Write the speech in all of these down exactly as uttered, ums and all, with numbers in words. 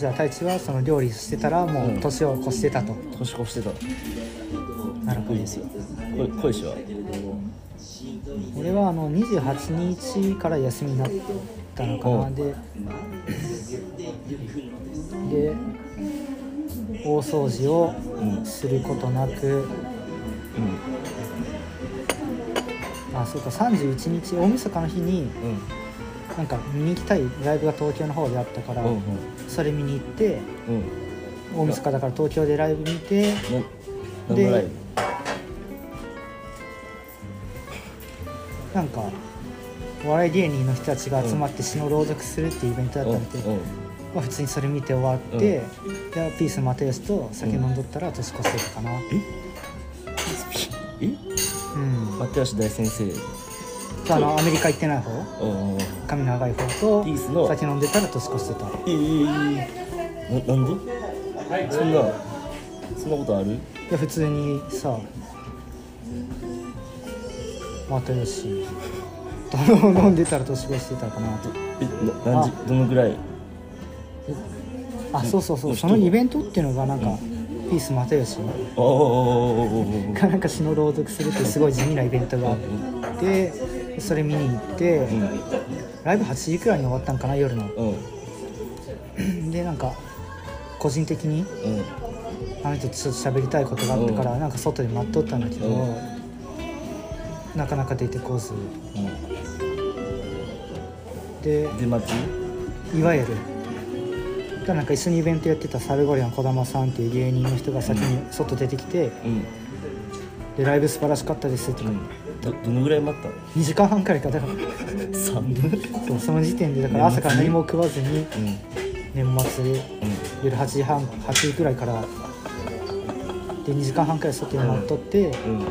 じゃあ太一はその料理してたらもう年を越してたと、 年越してた。 なるほどですよ。小石は俺はあのにじゅうはちにちから休みになったのかな。でで大掃除をすることなく、うんうん、あそうかさんじゅういちにち大晦日の日に、うん、なんか見に行きたいライブが東京の方であったから、うんうん、それ見に行って、うん、大晦日だから東京でライブ見て、 うん、でライブなんかお笑い芸人の人たちが集まって詩の朗読するっていうイベントだったので、うんうん、まあ、普通にそれ見て終わって、うん、でピース又吉と酒飲んどったら年越せるかな。ええ、うん、又吉大先生あのアメリカ行ってない方、髪長い方とピースの酒飲んでたら年越してた。 えー、な, なんでそんなそんなことある？いや普通にさ又吉飲んでたら年越してたかなと。 えな何時どのぐらい？ あそうそうそう、そのイベントっていうのがなんか、うん、ピース又吉がなんか詩の朗読するってすごい地味なイベントがあって、それ見に行って、うん、ライブはちじくらいに終わったんかな夜の、うん、でなんか個人的に、うん、あの人とちょっと喋りたいことがあったから、うん、なんか外で待っとったんだけど、うん、なかなか出てこず、うん、で出待ちいわゆるなんか一緒にイベントやってたサルゴリアン児玉さんっていう芸人の人が先に外出てきて、うん、でライブ素晴らしかったですって言って、 うん、ど, どのぐらい待ったの？ にじかんはんくらいかだからさんぶんそうその時点でだから朝から何も食わずに、うん、年末、うん、夜はちじはんはちじくらいからでにじかんはんくらい外で待っとって、うんうん、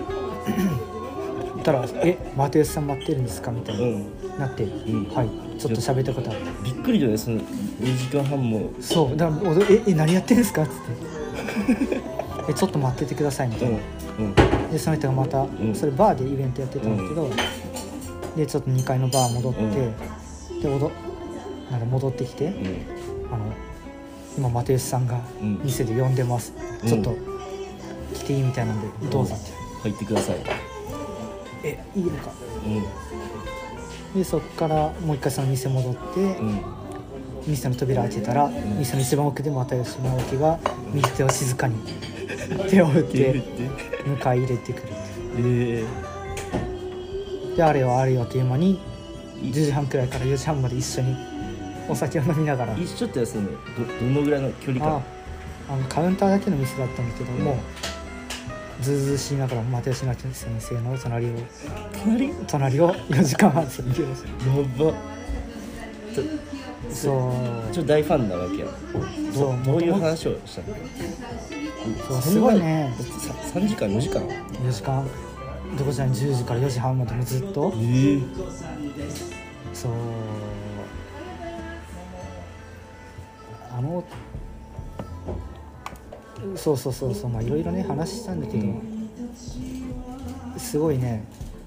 たらえ又吉さん待ってるんですかみたいに、うん、なって、うん、はいちょっと喋ったことある。 びっくりだよねそのにじかんはんも。 そうだからええ何やってんですかっつってえちょっと待っててくださいみたいな、うんうん、でその人がまた、うん、それバーでイベントやってたんだけど、うん、でちょっとにかいのバー戻って、うん、でおどなんか戻ってきて、うん、あの今又吉さんが店で呼んでます、うん、ちょっと来ていいみたいなんで、うん、どうぞって入ってください。 えいいのか、うん、でそっからもう一回その店戻って、うん、店の扉開けたら、うん、店の一番奥で又吉直樹が右手を静かに手を振って迎え入れてくる、えー、であれよあれよという間にじゅうじはんくらいからよじはんまで一緒にお酒を飲みながら。 一緒ってやつね ど, どのぐらいの距離感？ああのカウンターだけの店だったんだけど、うん、もうずうずうしいながら又吉直樹先生の隣を隣隣をよじかんはん過ぎてました。 やばちょそうちょっと大ファンなわけや。そうどういう話をしたの？ そうすごいね。 さんじかんよじかんよじかんどこじゃないじゅうじからよじはんまでもずっと、えー、そうあのそうそうそうそうまあいろいろね話したんだけど、うん、すごいね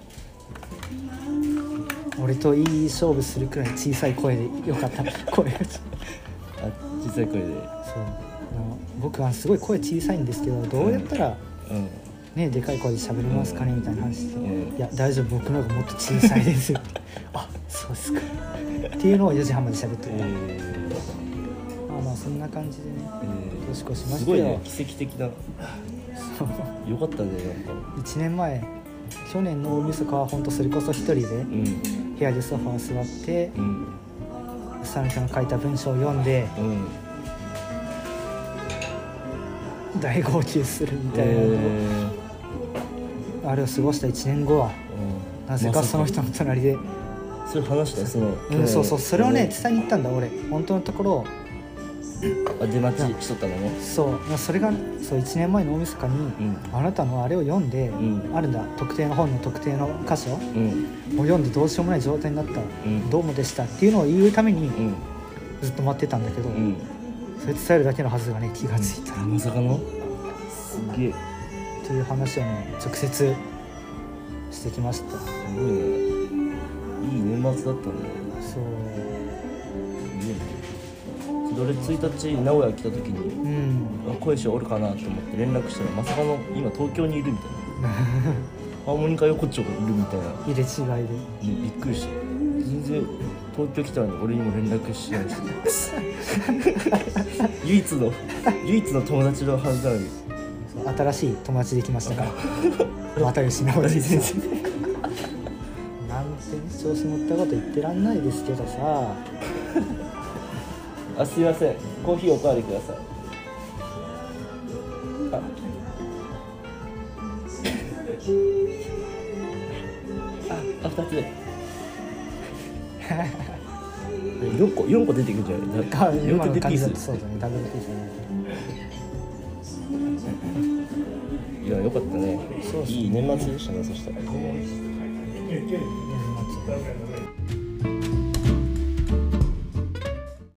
俺といい勝負するくらい小さい声でよかった声があ小さい声でそう僕はすごい声小さいんですけどどうやったら、うんうんね、でかい声で喋れますかねみたいな話して、うん、いや大丈夫僕の方がもっと小さいですってあそうですかっていうのをよじはんまで喋ってた、えー、まあまあそんな感じでね、えー、年越しましたよ。 すごいね奇跡的なよかったね。なんかいちねんまえ去年の大晦日は本当それこそ一人で部屋でソファー座って、うん、サナちゃんが書いた文章を読んで、うん大号泣するみたいな、えー、あれを過ごしたいちねんごは、うん、なぜかその人の隣で、 ま、それ話したその、 うん、そうそうそれをね伝えに行ったんだ俺本当のところ。 あ出待ちしとったのね。 そうそれがそういちねんまえの大晦日に、うん、あなたのあれを読んで、うん、あるんだ特定の本の特定の箇所、うん、を読んでどうしようもない状態になった、うん、どうもでしたっていうのを言うために、うん、ずっと待ってたんだけど、うんそれ伝えるだけのはずがね気がついたら、 うん、まさかのすげえという話をね直接してきました。 すごいねいい年末だったね。 そういいねそどれついたち名古屋来た時に、 うん、 あ声しおるかなと思って連絡したらまさかの今東京にいるみたいなハーモニカ横丁がいるみたいな入れ違いで、 ね、びっくりした。全然東京来たのに俺にも連絡しないし唯一の唯一の友達のはずなのに新しい友達できましたから又吉直樹先生なんて調子乗ったこと言ってらんないですけどさあ、すいません、コーヒーおかわりください。ああ、あ、ふたつでよんこ、よんこ出てくるんじゃないか。 今の感じだとそうだね、ダブルピースね。 いや、よかったね。 そうそう、 いい年末でしたね、そしたら。 年末